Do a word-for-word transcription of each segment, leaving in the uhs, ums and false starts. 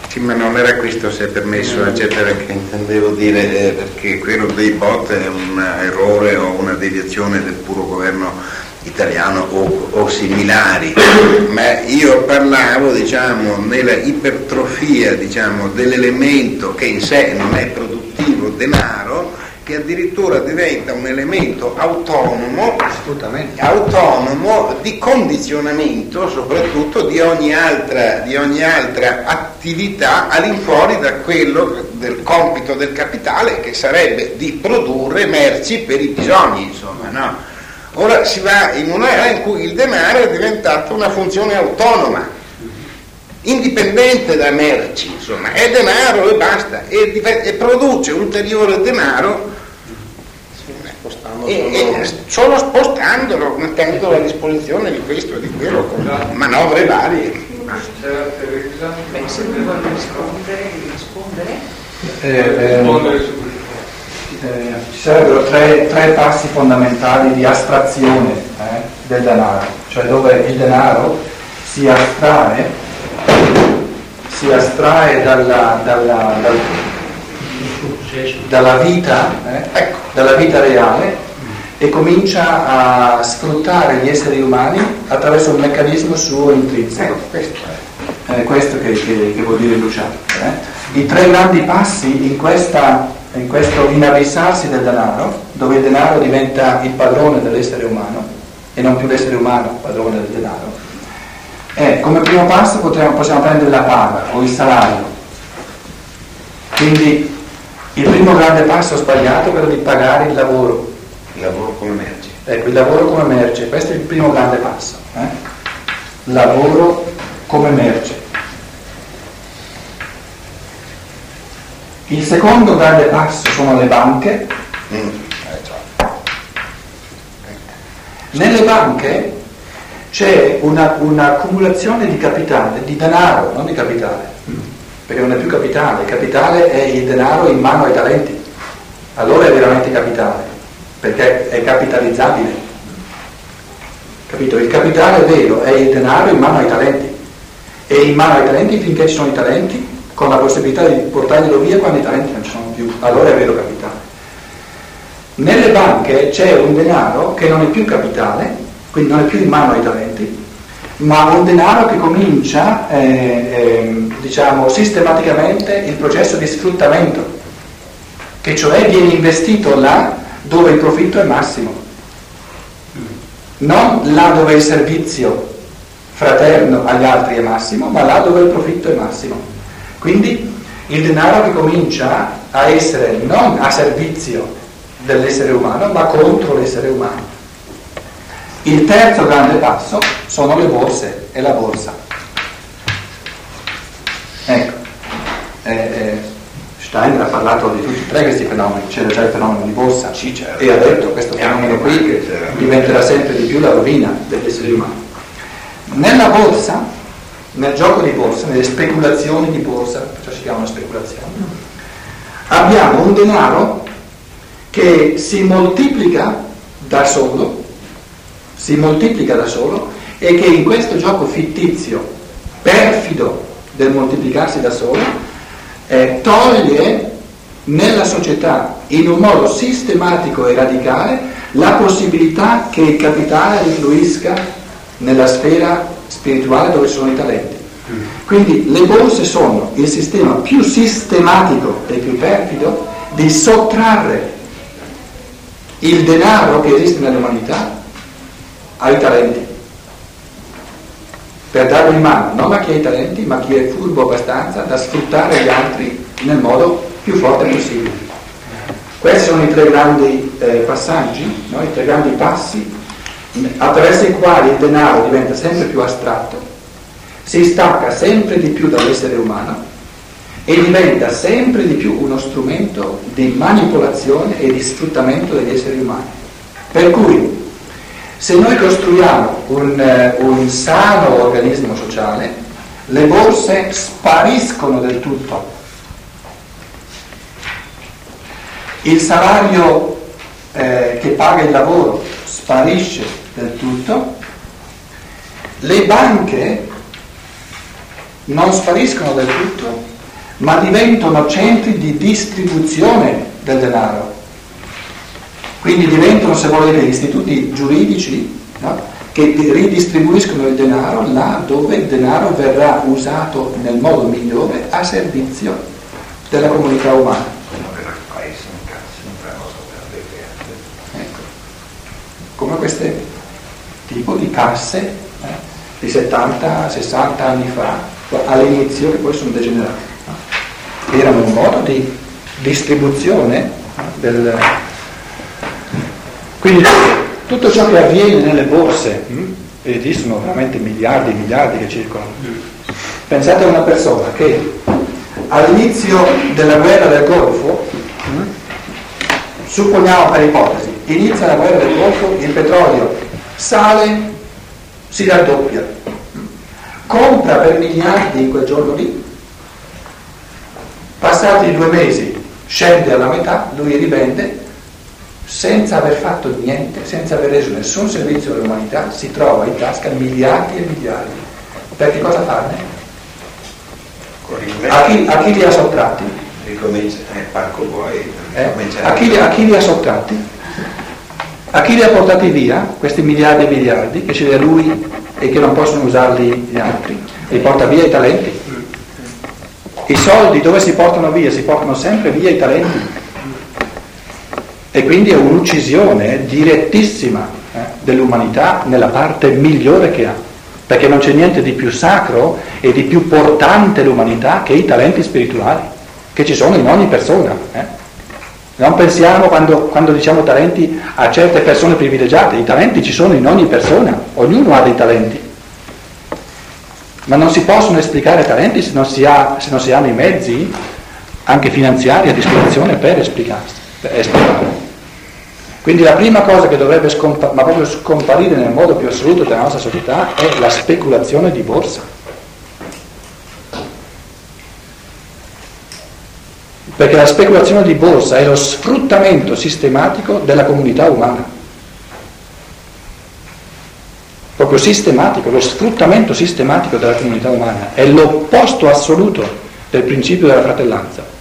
Sì, ma non era questo, se è permesso, eccetera, che intendevo dire, eh, perché quello dei bot è un errore o una deviazione del puro governo italiano o, o similari, ma io parlavo, diciamo, nella ipertrofia, diciamo, dell'elemento che in sé non è produttivo, denaro, che addirittura diventa un elemento autonomo, assolutamente autonomo, di condizionamento soprattutto di ogni altra, di ogni altra attività all'infuori da quello del compito del capitale, che sarebbe di produrre merci per i bisogni, insomma, no? Ora si va in un'era in cui il denaro è diventato una funzione autonoma, indipendente da merci, insomma, è denaro e basta, e, e produce ulteriore denaro e, e solo spostandolo, mettendolo a disposizione di questo e di quello, con manovre varie. Beh, se lui vuole rispondere, rispondere. Eh, eh, Eh, ci sarebbero tre, tre passi fondamentali di astrazione eh, del denaro, cioè dove il denaro si astrae, si astrae dalla, dalla, dal, dalla vita, eh, ecco, dalla vita reale e comincia a sfruttare gli esseri umani attraverso un meccanismo suo intrinseco. Questo è eh, questo che, che, che vuol dire Luciano. Eh. I tre grandi passi in questa in questo inabissarsi del denaro, dove il denaro diventa il padrone dell'essere umano e non più l'essere umano padrone del denaro, e come primo passo potremo, possiamo prendere la paga o il salario. Quindi il primo grande passo sbagliato è quello di pagare il lavoro. Il lavoro come merce. Ecco, il lavoro come merce, questo è il primo grande passo. Eh? Lavoro come merce. Il secondo grande passo sono le banche. Mm. Nelle banche c'è una, un'accumulazione di capitale, di denaro, non di capitale, perché non è più capitale, il capitale è il denaro in mano ai talenti, allora è veramente capitale, perché è capitalizzabile. Capito? Il capitale vero è il denaro in mano ai talenti, e in mano ai talenti finché ci sono i talenti, con la possibilità di portarglielo via quando i talenti non ci sono più, allora è vero capitale. Nelle banche c'è un denaro che non è più capitale, quindi non è più in mano ai talenti, ma un denaro che comincia, eh, eh, diciamo, sistematicamente il processo di sfruttamento, che cioè viene investito là dove il profitto è massimo, non là dove il servizio fraterno agli altri è massimo, ma là dove il profitto è massimo. Quindi il denaro che comincia a essere non a servizio dell'essere umano, ma contro l'essere umano. Il terzo grande passo sono le borse e la borsa. Ecco, eh, eh, Steiner ha parlato di tutti e tre questi fenomeni, c'era già il fenomeno di borsa, sì, certo, e ha detto che questo fenomeno qui diventerà sempre di più la rovina degli esseri umani. Nella borsa, nel gioco di borsa, nelle speculazioni di borsa, perciò si chiamano speculazioni, abbiamo un denaro che si moltiplica da solo, si moltiplica da solo e che in questo gioco fittizio, perfido del moltiplicarsi da solo, eh, toglie nella società in un modo sistematico e radicale la possibilità che il capitale influisca nella sfera spirituale dove sono i talenti. Quindi le borse sono il sistema più sistematico e più perfido di sottrarre il denaro che esiste nell'umanità ai talenti, per darlo in mano non a chi ha i talenti, ma a chi è furbo abbastanza da sfruttare gli altri nel modo più forte possibile. Questi sono i tre grandi eh, passaggi, no? I tre grandi passi attraverso i quali il denaro diventa sempre più astratto, si stacca sempre di più dall'essere umano e diventa sempre di più uno strumento di manipolazione e di sfruttamento degli esseri umani. Per cui, se noi costruiamo un, un sano organismo sociale, le borse spariscono del tutto. Il salario eh, che paga il lavoro sparisce del tutto, le banche non spariscono del tutto, ma diventano centri di distribuzione del denaro. Quindi diventano, se volete, istituti giuridici, no? Che ridistribuiscono il denaro là dove il denaro verrà usato nel modo migliore a servizio della comunità umana. Ecco. Come queste tipo di casse eh, di settanta sessanta anni fa, all'inizio, che poi sono degenerate. No? Erano un modo di distribuzione del... Quindi tutto ciò che avviene nelle borse, mh? e lì sono veramente miliardi e miliardi che circolano. Pensate a una persona che all'inizio della guerra del Golfo, mh? supponiamo per ipotesi, inizia la guerra del Golfo, il petrolio sale, si raddoppia, mh? compra per miliardi in quel giorno lì, passati due mesi scende alla metà, lui rivende, senza aver fatto niente, senza aver reso nessun servizio all'umanità, si trova in tasca miliardi e miliardi. Per che cosa farne? A chi, a chi li ha sottratti? Ricomincia, eh, Parco vuoi, eh? a, chi, a chi li ha sottratti? A chi li ha portati via questi miliardi e miliardi che ce li ha lui e che non possono usarli gli altri? Li porta via i talenti. I soldi dove si portano via? Si portano sempre via i talenti. E quindi è un'uccisione direttissima eh, dell'umanità nella parte migliore che ha, perché non c'è niente di più sacro e di più portante l'umanità che i talenti spirituali che ci sono in ogni persona. Eh. Non pensiamo quando, quando diciamo talenti a certe persone privilegiate, i talenti ci sono in ogni persona, ognuno ha dei talenti, ma non si possono esplicare talenti se non si ha, se non si hanno i mezzi anche finanziari a disposizione per esplicarsi. Esplicare. Quindi la prima cosa che dovrebbe scompa- ma proprio scomparire nel modo più assoluto della nostra società è la speculazione di borsa, perché la speculazione di borsa è lo sfruttamento sistematico della comunità umana, proprio sistematico, lo sfruttamento sistematico della comunità umana è l'opposto assoluto del principio della fratellanza.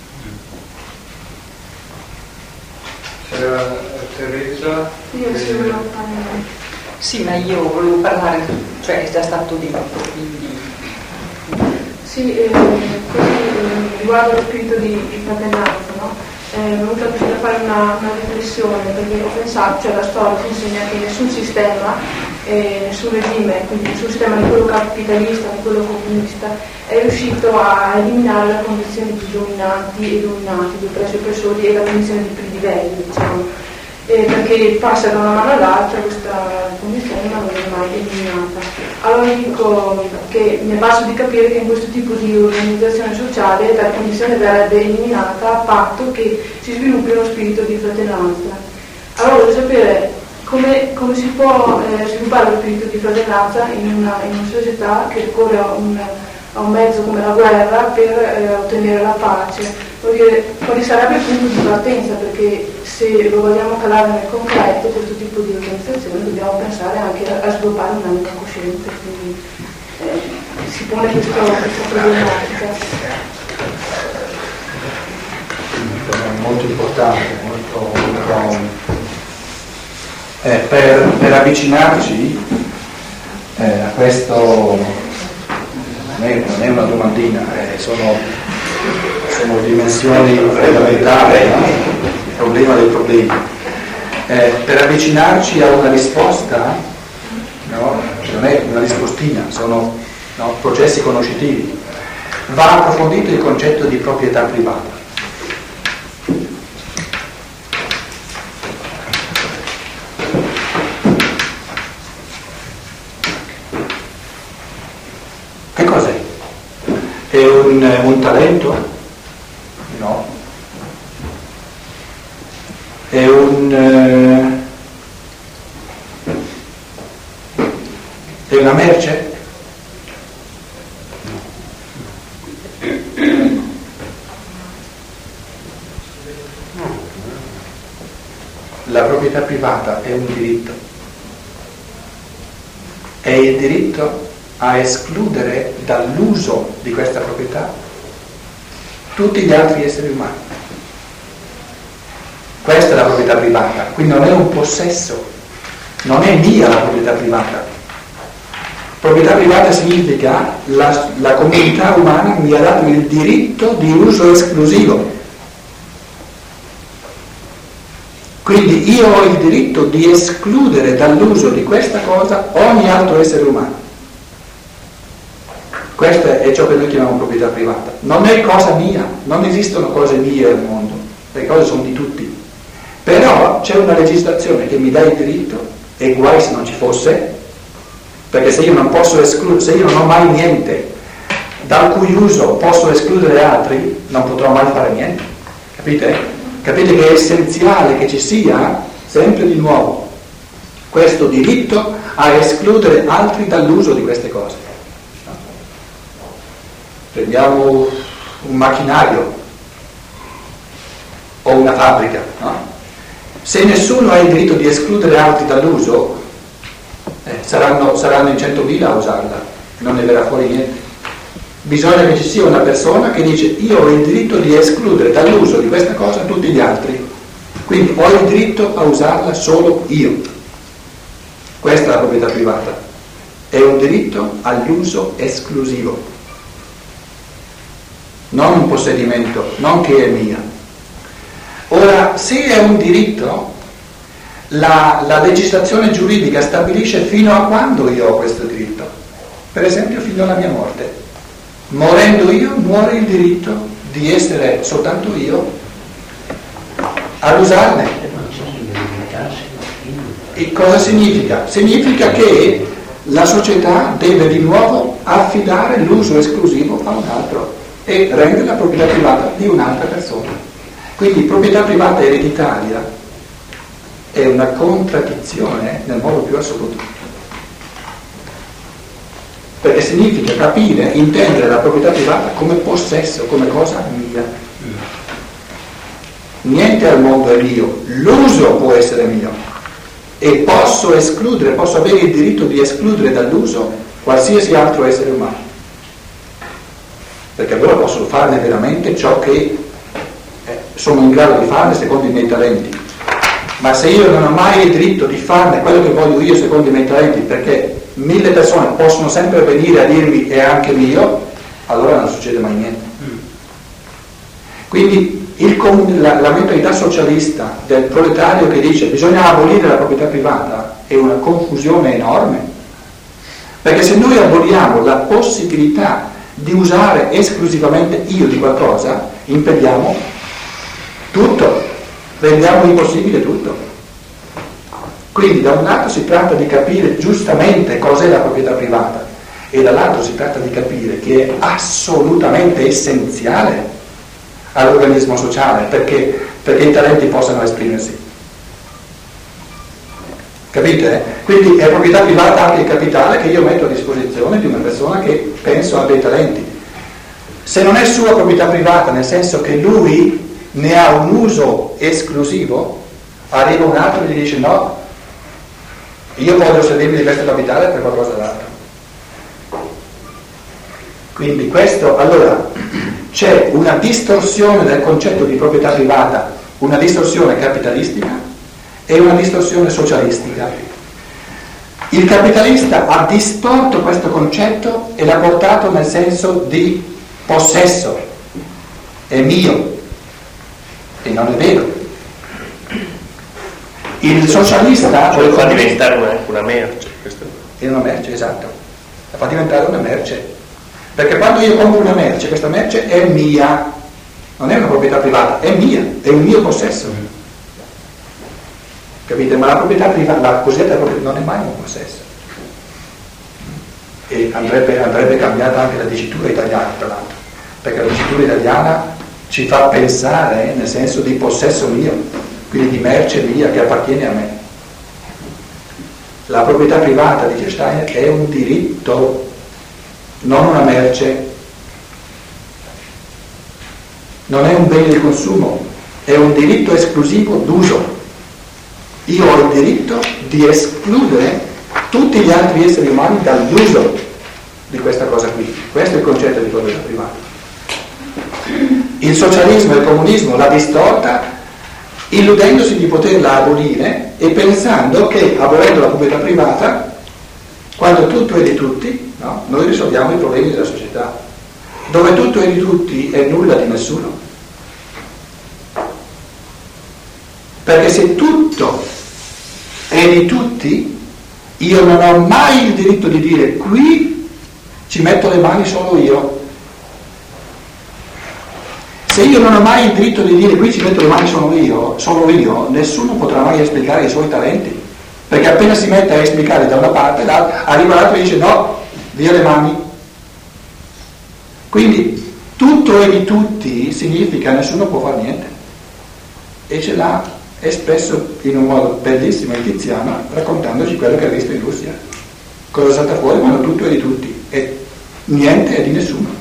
Teresa? Io sì, volevo parlare. Sì, ma io volevo parlare, cioè è già stato detto, quindi... Sì, eh, così eh, riguardo lo spirito di, di fratellanza, no? Eh, mi è venuta così da fare una, una riflessione, perché ho pensato, cioè la storia ci insegna che nessun sistema, eh, nessun regime, quindi nessun sistema di quello capitalista, di quello comunista, è riuscito a eliminare la condizione di dominanti e dominati, di oppressi e oppressori e la condizione di più livelli, diciamo. Eh, perché passa da una mano all'altra questa condizione non viene mai eliminata. Allora dico che mi è bastato di capire che in questo tipo di organizzazione sociale la condizione verrebbe eliminata a patto che si sviluppi uno spirito di fratellanza. Allora voglio sapere come, come si può eh, sviluppare lo spirito di fratellanza in una, in una società che ricorre a un, a un mezzo come la guerra per eh, ottenere la pace. Perché quale sarebbe il punto di partenza? Perché se lo vogliamo calare nel concreto questo tipo di organizzazione dobbiamo pensare anche a, a sviluppare un'anima cosciente, quindi eh, si pone questo, questa problematica. È molto importante, molto, molto eh, per, per avvicinarci eh, a questo, non è, non è una domandina, eh, sono sono dimensioni fondamentali, no? Il problema del problema. Eh, per avvicinarci a una risposta, no? Non è una rispostina, sono no? processi conoscitivi. Va approfondito il concetto di proprietà privata. Che cos'è? È un, un talento? No. È un eh, è una merce? La proprietà privata è un diritto. È il diritto a escludere dall'uso di questa proprietà tutti gli altri esseri umani. Questa è la proprietà privata, quindi non è un possesso, non è mia la proprietà privata. Proprietà privata significa la, la comunità umana mi ha dato il diritto di uso esclusivo. Quindi io ho il diritto di escludere dall'uso di questa cosa ogni altro essere umano. Questo è ciò che noi chiamiamo proprietà privata. Non è cosa mia, non esistono cose mie al mondo, le cose sono di tutti. Però c'è una legislazione che mi dà il diritto, e guai se non ci fosse, perché se io non posso escludere, se io non ho mai niente dal cui uso posso escludere altri, non potrò mai fare niente. Capite? Capite che è essenziale che ci sia sempre di nuovo questo diritto a escludere altri dall'uso di queste cose. Prendiamo un macchinario o una fabbrica, no? Se nessuno ha il diritto di escludere altri dall'uso, eh, saranno, saranno in centomila a usarla, non ne verrà fuori niente. Bisogna che ci sia una persona che dice io ho il diritto di escludere dall'uso di questa cosa tutti gli altri, quindi ho il diritto a usarla solo io. Questa è la proprietà privata, è un diritto all'uso esclusivo, non un possedimento, non che è mia. Ora, se è un diritto, la, la legislazione giuridica stabilisce fino a quando io ho questo diritto, per esempio fino alla mia morte. Morendo io, muore il diritto di essere soltanto io ad usarne. E cosa significa? Significa che la società deve di nuovo affidare l'uso esclusivo a un altro e rendere la proprietà privata di un'altra persona. Quindi proprietà privata ereditaria è una contraddizione nel modo più assoluto. Perché significa capire, intendere la proprietà privata come possesso, come cosa mia. Niente al mondo è mio, l'uso può essere mio e posso escludere, posso avere il diritto di escludere dall'uso qualsiasi altro essere umano. Perché allora posso farne veramente ciò che eh, sono in grado di farne secondo i miei talenti. Ma se io non ho mai il diritto di farne quello che voglio io secondo i miei talenti, perché mille persone possono sempre venire a dirmi è anche mio, allora non succede mai niente. Quindi il, la, la mentalità socialista del proletario che dice bisogna abolire la proprietà privata è una confusione enorme, perché se noi aboliamo la possibilità di usare esclusivamente io di qualcosa, impediamo tutto, rendiamo impossibile tutto. Quindi da un lato si tratta di capire giustamente cos'è la proprietà privata e dall'altro si tratta di capire che è assolutamente essenziale all'organismo sociale perché, perché i talenti possano esprimersi. Capite? Quindi è proprietà privata anche il capitale che io metto a disposizione di una persona che penso abbia dei talenti. Se non è sua proprietà privata, nel senso che lui ne ha un uso esclusivo, arriva un altro e gli dice no, io voglio servirmi di questo capitale per qualcosa d'altro. Quindi questo, allora, c'è una distorsione del concetto di proprietà privata, una distorsione capitalistica e una distorsione socialistica. Il capitalista ha distorto questo concetto e l'ha portato nel senso di possesso, è mio, e non è vero. Il socialista cioè lo fa diventare una, una merce. Questo. È una merce, esatto, la fa diventare una merce. Perché quando io compro una merce, questa merce è mia, non è una proprietà privata, è mia, è un mio possesso. Capite? Ma la proprietà privata, la cosiddetta proprietà, non è mai un possesso. E andrebbe, andrebbe cambiata anche la dicitura italiana, tra l'altro, perché la dicitura italiana ci fa pensare nel senso di possesso mio, quindi di merce mia che appartiene a me. La proprietà privata, dice Steiner, è un diritto, non una merce, non è un bene di consumo, è un diritto esclusivo d'uso. Io ho il diritto di escludere tutti gli altri esseri umani dall'uso di questa cosa qui. Questo è il concetto di proprietà privata. Il socialismo e il comunismo l'ha distorta illudendosi di poterla abolire e pensando che abolendo la proprietà privata, quando tutto è di tutti, no, noi risolviamo i problemi della società. Dove tutto è di tutti è nulla di nessuno. Perché se tutto è di tutti, io non ho mai il diritto di dire qui ci metto le mani solo io. Se io non ho mai il diritto di dire qui ci metto le mani solo io, solo io, nessuno potrà mai esplicare i suoi talenti. Perché appena si mette a esplicare da una parte, arriva l'altro e dice no, via le mani. Quindi tutto è di tutti significa nessuno può fare niente. E ce l'ha espresso in un modo bellissimo il Tiziano, raccontandoci quello che ha visto in Russia. Cosa salta fuori quando tutto è di tutti e niente è di nessuno.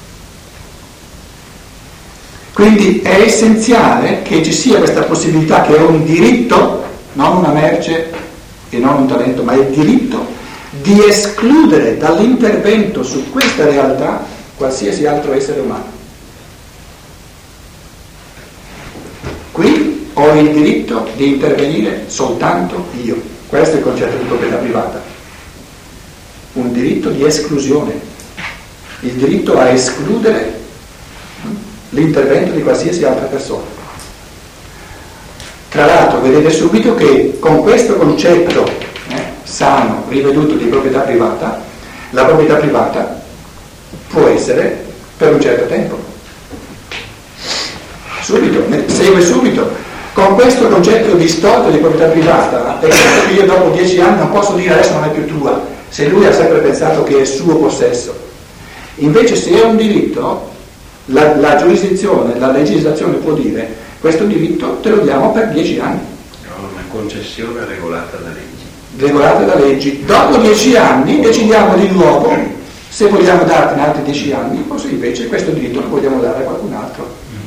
Quindi è essenziale che ci sia questa possibilità, che è un diritto, non una merce e non un talento, ma il diritto di escludere dall'intervento su questa realtà qualsiasi altro essere umano. Qui ho il diritto di intervenire soltanto io. Questo è il concetto di proprietà privata. Un diritto di esclusione, il diritto a escludere l'intervento di qualsiasi altra persona. Tra l'altro vedete subito che con questo concetto eh, sano, riveduto di proprietà privata, la proprietà privata può essere per un certo tempo. Subito, segue subito. Con questo concetto distorto di proprietà privata, è certo che io dopo dieci anni non posso dire adesso non è più tua, se lui ha sempre pensato che è suo possesso. Invece se è un diritto, La, la giurisdizione, la legislazione può dire questo diritto te lo diamo per dieci anni. No, una concessione regolata da leggi. Regolata da leggi. Dopo dieci anni decidiamo di nuovo se vogliamo darti in altri dieci anni o se invece questo diritto lo vogliamo dare a qualcun altro.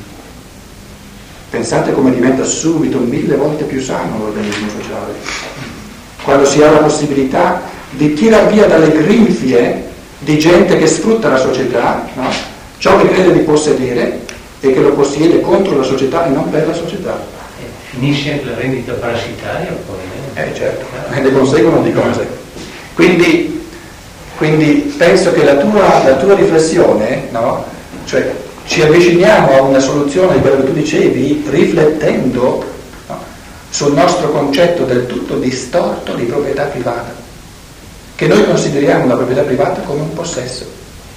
Pensate come diventa subito mille volte più sano l'organismo sociale. Quando si ha la possibilità di tirar via dalle grinfie di gente che sfrutta la società, no? Ciò che crede di possedere e che lo possiede contro la società e non per la società. Eh, finisce la rendita parassitaria poi? Eh, eh certo, eh, ne conseguono di cose. Quindi, quindi penso che la tua, la tua riflessione, no? Cioè ci avviciniamo a una soluzione di quello che tu dicevi riflettendo, no? Sul nostro concetto del tutto distorto di proprietà privata, che noi consideriamo la proprietà privata come un possesso,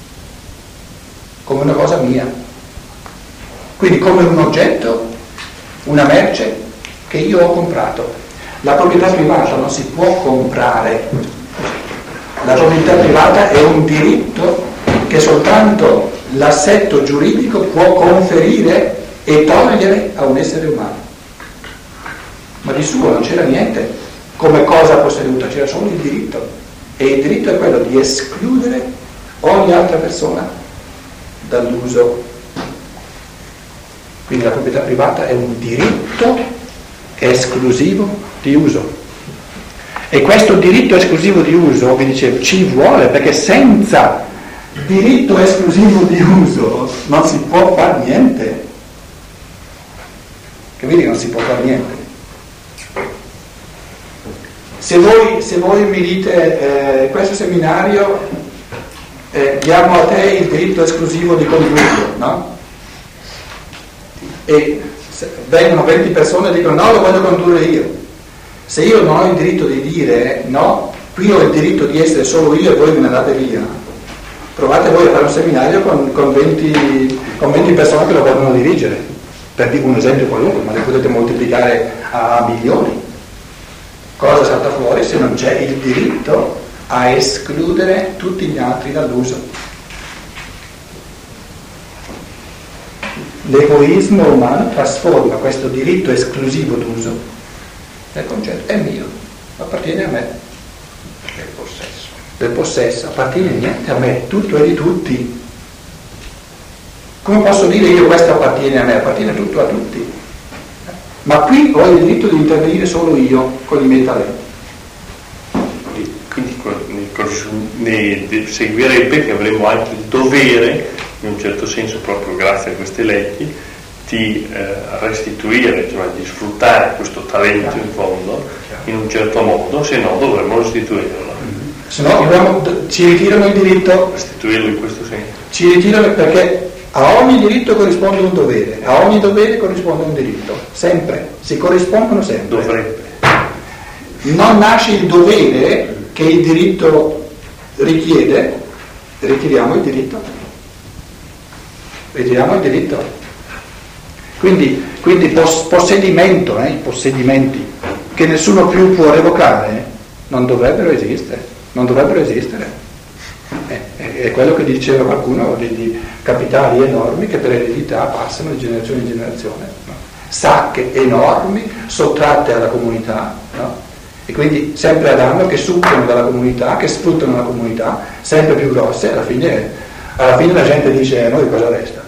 come una cosa mia, quindi come un oggetto, una merce che io ho comprato. La proprietà privata non si può comprare, la proprietà privata è un diritto che soltanto l'assetto giuridico può conferire e togliere a un essere umano, ma di suo non c'era niente come cosa posseduta, c'era solo il diritto, e il diritto è quello di escludere ogni altra persona dall'uso. Quindi la proprietà privata è un diritto esclusivo di uso, e questo diritto esclusivo di uso, vi dicevo, ci vuole, perché senza diritto esclusivo di uso non si può fare niente. Capite? Non si può fare niente. Se voi, se voi mi dite eh, questo seminario Eh, diamo a te il diritto esclusivo di condurlo, no? E vengono venti persone e dicono no, lo voglio condurre io. Se io non ho il diritto di dire no, qui ho il diritto di essere solo io e voi ve ne andate via, provate voi a fare un seminario con, con, venti, con venti persone che lo vogliono dirigere, per dire un esempio qualunque, ma le potete moltiplicare a milioni. Cosa salta fuori se non c'è il diritto a escludere tutti gli altri dall'uso? L'egoismo umano trasforma questo diritto esclusivo d'uso nel concetto è mio, appartiene a me, Del possesso. del possesso, appartiene niente a me, tutto è di tutti. Come posso dire io questo appartiene a me? Appartiene tutto a tutti, ma qui ho il diritto di intervenire solo io con i miei talenti. Quindi nel seguire i peti avremo anche il dovere in un certo senso, proprio grazie a queste leggi, di eh, restituire, cioè di sfruttare questo talento in fondo in un certo modo, se no dovremmo restituirlo. Se no dobbiamo, ci ritirano il diritto, restituirlo in questo senso. Ci ritirano perché a ogni diritto corrisponde un dovere, a ogni dovere corrisponde un diritto, sempre, si corrispondono sempre. Dovrebbe. Non nasce il dovere che il diritto richiede, ritiriamo il diritto. Ritiriamo il diritto. Quindi, quindi pos- possedimento, eh, i possedimenti che nessuno più può revocare, eh, non dovrebbero esistere, non dovrebbero esistere. Eh, è, è quello che diceva qualcuno di, di capitali enormi che per eredità passano di generazione in generazione, no? Sacche enormi sottratte alla comunità, no? E quindi sempre a danno, che succhiano dalla comunità, che sfruttano la comunità, sempre più grosse, alla fine, alla fine la gente dice a noi cosa resta?